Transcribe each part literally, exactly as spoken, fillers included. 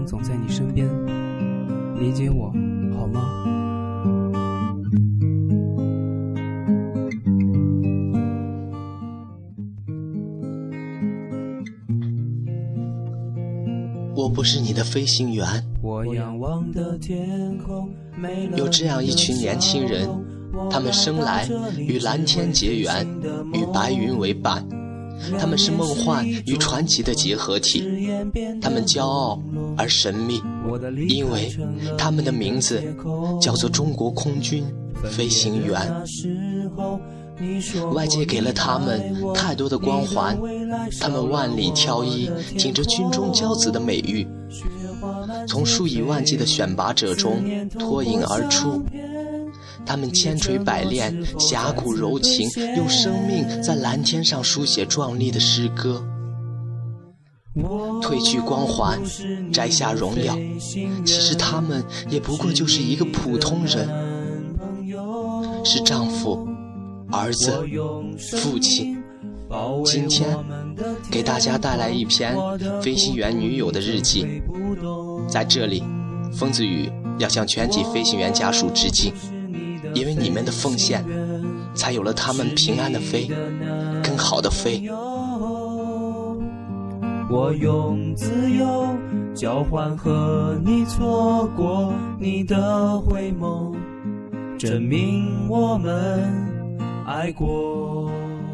总在你身边，理解我好吗？ 我不是你的飞行员。 我仰望的天空， 有这样一群年轻人，他们生来与蓝天结缘，与白云为伴，他们是梦幻与传奇的结合体，他们骄傲而神秘，因为他们的名字叫做中国空军飞行员。外界给了他们太多的光环，他们万里挑一，挺着军中骄子的美誉，从数以万计的选拔者中脱颖而出。他们千锤百炼，侠骨柔情，用生命在蓝天上书写壮丽的诗歌。褪去光环，摘下荣耀，其实他们也不过就是一个普通人，是丈夫、儿子、父亲。今天给大家带来一篇飞行员女友的日记。在这里，疯子雨要向全体飞行员家属致敬，因为你们的奉献，才有了他们平安的飞，更好的飞。 我用自由交换和你错过你的回眸，证明我们爱过。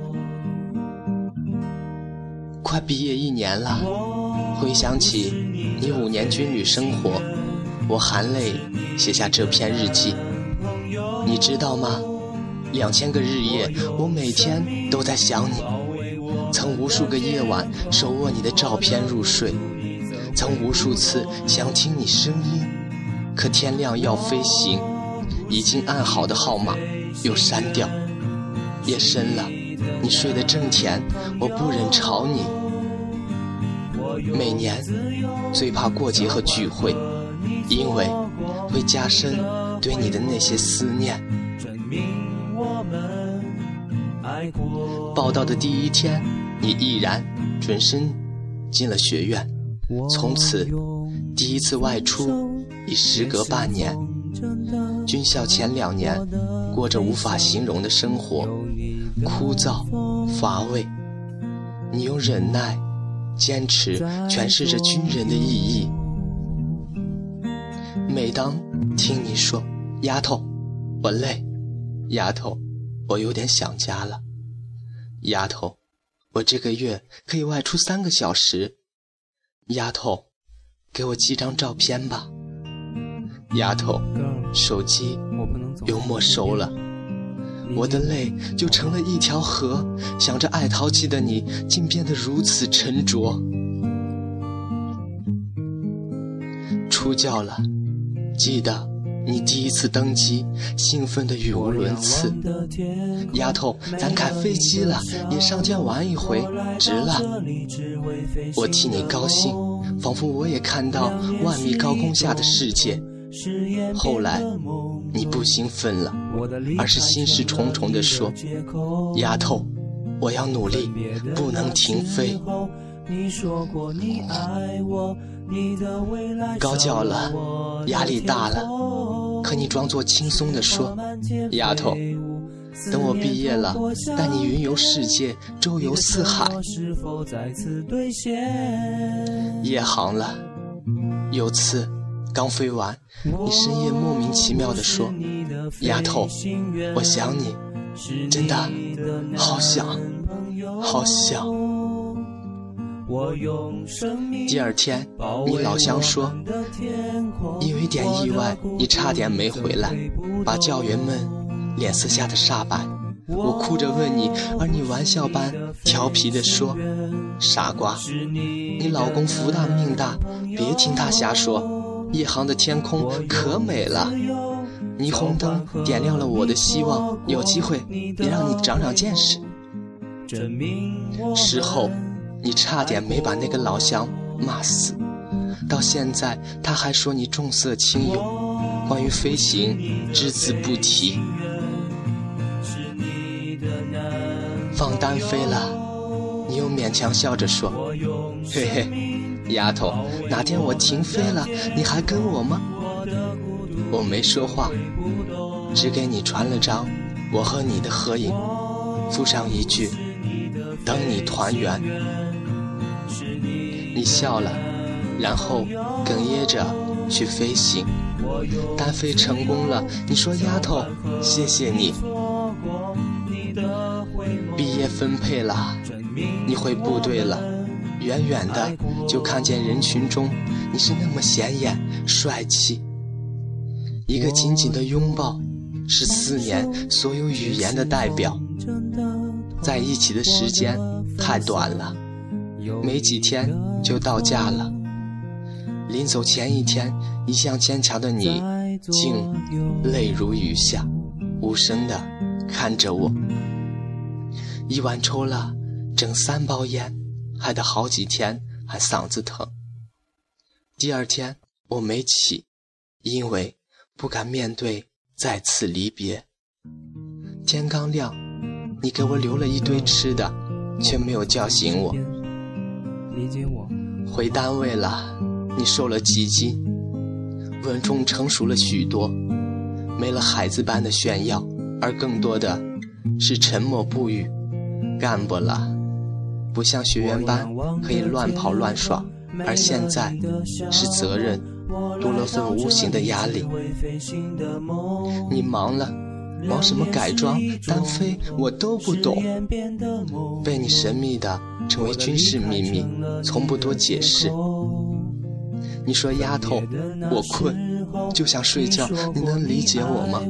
快毕业一年了，回想起你五年军旅生活，我含泪写下这篇日记。你知道吗？两千个日夜，我每天都在想你，曾无数个夜晚手握你的照片入睡，曾无数次想听你声音，可天亮要飞行，已经按好的号码又删掉。夜深了，你睡得正甜，我不忍吵你。每年最怕过节和聚会，因为会加深对你的那些思念。报到的第一天，你毅然转身进了学院，从此第一次外出已时隔半年。军校前两年过着无法形容的生活，枯燥乏味，你用忍耐坚持诠释着军人的意义。每当听你说丫头我累，丫头我有点想家了，丫头我这个月可以外出三个小时，丫头给我寄张照片吧，丫头手机又没收了，我的泪就成了一条河，想着爱淘气的你竟变得如此沉着。出教了，记得你第一次登机，兴奋得语无伦次。丫头，咱开飞机了，也上天玩一回，值了。我替你高兴，仿佛我也看到万米高空下的世界。后来你不兴奋了，而是心事重重地说，丫头我要努力，不能停飞。高教了，压力大了，可你装作轻松地说，丫头等我毕业了，带你云游世界，周游四海。夜航了，有次刚飞完，你深夜莫名其妙地说，丫头我想你，真的好想好想。第二天你老乡说，因为点意外你差点没回来，把教员们脸色吓得煞白。我哭着问你，而你玩笑般调皮地说，傻瓜，你老公福大命大，别听他瞎说，夜航的天空可美了，霓虹灯点亮了我的希望，有机会也让你长长见识。事后你差点没把那个老乡骂死，到现在他还说你重色轻友，关于飞行只字不提。放单飞了，你又勉强笑着说，嘿嘿， 丫头，哪天我停飞了，你还跟我吗？我没说话，只给你传了张我和你的合影，附上一句等你团圆。你笑了，然后哽咽着去飞行，单飞成功了，你说丫头谢谢你。毕业分配了，你回部队了，远远的就看见人群中你是那么显眼帅气，一个紧紧的拥抱是四年所有语言的代表。在一起的时间太短了，没几天就到家了。临走前一天，一向坚强的你竟泪如雨下，无声地看着我。一晚抽了整三包烟，害得好几天还嗓子疼。第二天我没起，因为不敢面对再次离别。天刚亮，你给我留了一堆吃的，却没有叫醒我。 理解我。 回单位了，你瘦了几斤，稳重成熟了许多，没了孩子般的炫耀，而更多的是沉默不语。干部了，不像学员班可以乱跑乱耍，而现在是责任多了份无形的压力。你忙了，忙什么改装单飞我都不懂，被你神秘的成为军事秘密，从不多解释。你说丫头我困就想睡觉，你能理解我吗？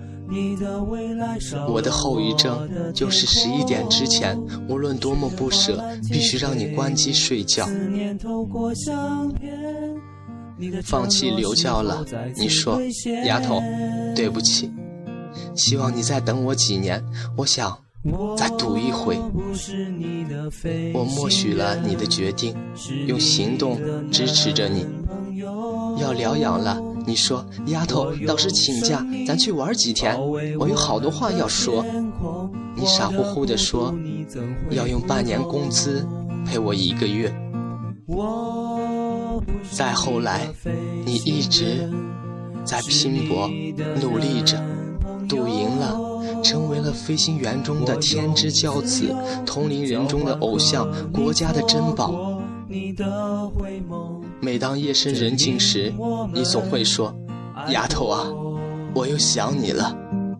我的后遗症就是十一点之前无论多么不舍，必须让你关机睡觉。放弃留教了，你说丫头对不起，希望你再等我几年，我想再赌一回。我默许了你的决定，用行动支持着你。要疗养了，你说丫头老师请假，咱去玩几天，我有好多话要说。你傻乎乎地说要用半年工资陪我一个月。再后来你一直在拼搏努力着，赌赢了，成为了飞行员中的天之骄子，同龄人中的偶像，国家的珍宝。每当夜深人静时，你总会说丫头啊，我又想你了。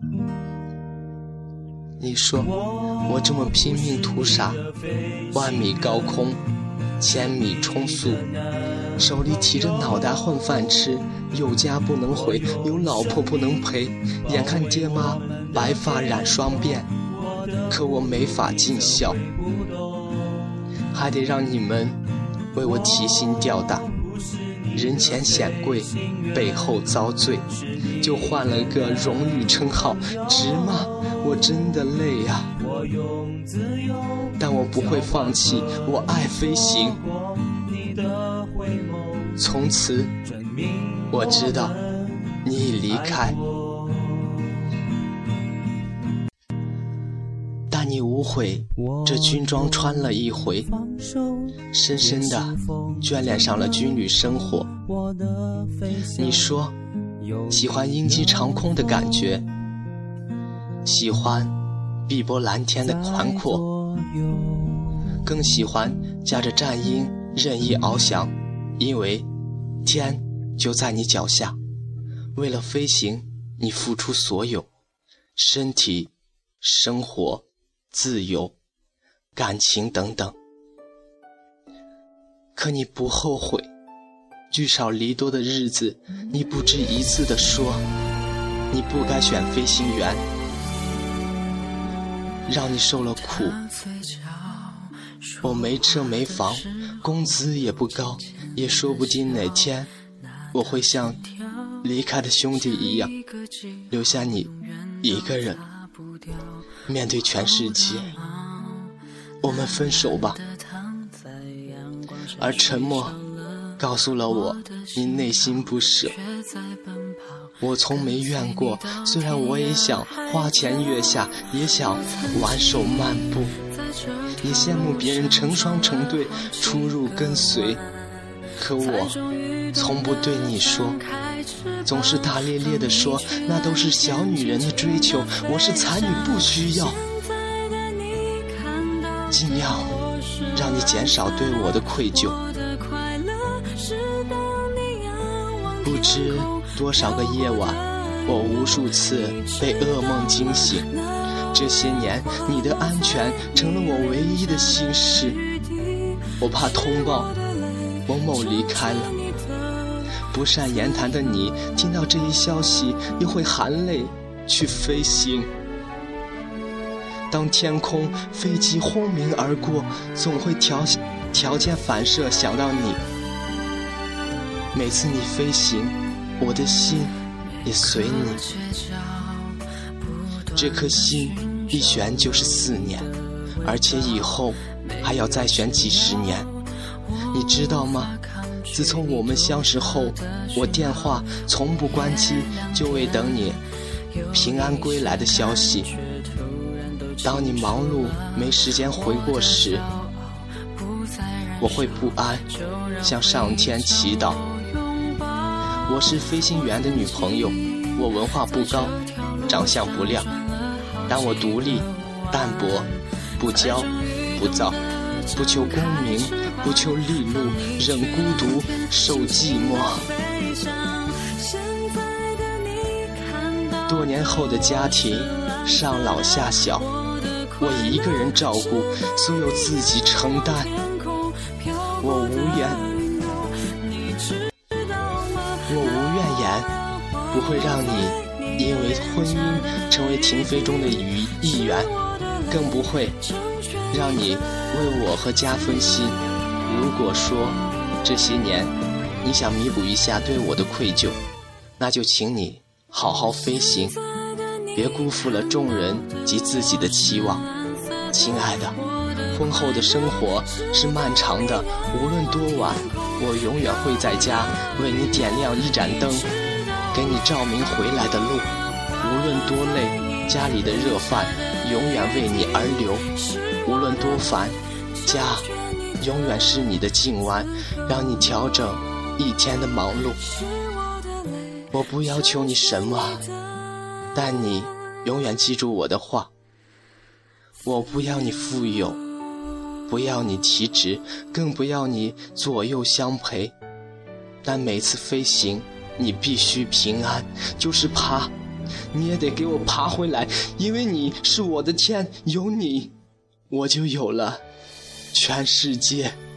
你说我这么拼命图啥？万米高空，千米冲速，手里提着脑袋混饭吃，有家不能回，有老婆不能陪，眼看爹妈白发染双遍，可我没法尽孝，还得让你们为我提心吊胆，人前显贵，背后遭罪，就换了个荣誉称号，值吗？我真的累啊，但我不会放弃，我爱飞行。从此我知道你已离开，但你无悔这军装穿了一回，深深地眷恋上了军旅生活。你说喜欢鹰击长空的感觉，喜欢碧波蓝天的宽阔，更喜欢驾着战鹰任意翱翔，因为天就在你脚下。为了飞行，你付出所有，身体、生活、自由、感情等等。可你不后悔，聚少离多的日子，你不止一次地说你不该选飞行员，让你受了苦。我没车没房，工资也不高，也说不定哪天我会像离开的兄弟一样，留下你一个人面对全世界。我们分手吧。而沉默告诉了我你内心不舍。我从没怨过，虽然我也想花前月下，也想挽手漫步，也羡慕别人成双成对出入跟随， 可我从不对你说，总是大咧咧地说那都是小女人的追求，我是才女不需要，尽量让你减少对我的愧疚。不知多少个夜晚，我无数次被噩梦惊醒，这些年你的安全成了我唯一的心事。我怕通报某某离开了，不善言谈的你听到这一消息又会含泪去飞行。当天空飞机轰鸣而过，总会条条件反射想到你。每次你飞行，我的心也随你。这颗心一悬就是四年，而且以后还要再悬几十年。你知道吗？自从我们相识后，我电话从不关机，就为等你平安归来的消息。当你忙碌没时间回过时，我会不安，向上天祈祷。我是飞行员的女朋友，我文化不高，长相不亮，但我独立、淡泊，不骄不躁，不求功名，不求利禄，忍孤独，受寂寞。多年后的家庭，上老下小，我一个人照顾，所有自己承担。我无怨，我无怨言，不会让你因为婚姻成为停飞中的一员，更不会让你为我和家分心。如果说这些年你想弥补一下对我的愧疚，那就请你好好飞行，别辜负了众人及自己的期望。亲爱的，婚后的生活是漫长的，无论多晚，我永远会在家为你点亮一盏灯，给你照明回来的路。无论多累，家里的热饭永远为你而流。无论多烦，家永远是你的颈弯，让你调整一天的忙碌。我不要求你什么，但你永远记住我的话。我不要你富有，不要你提职，更不要你左右相陪，但每次飞行你必须平安，就是爬你也得给我爬回来，因为你是我的天，有你我就有了全世界。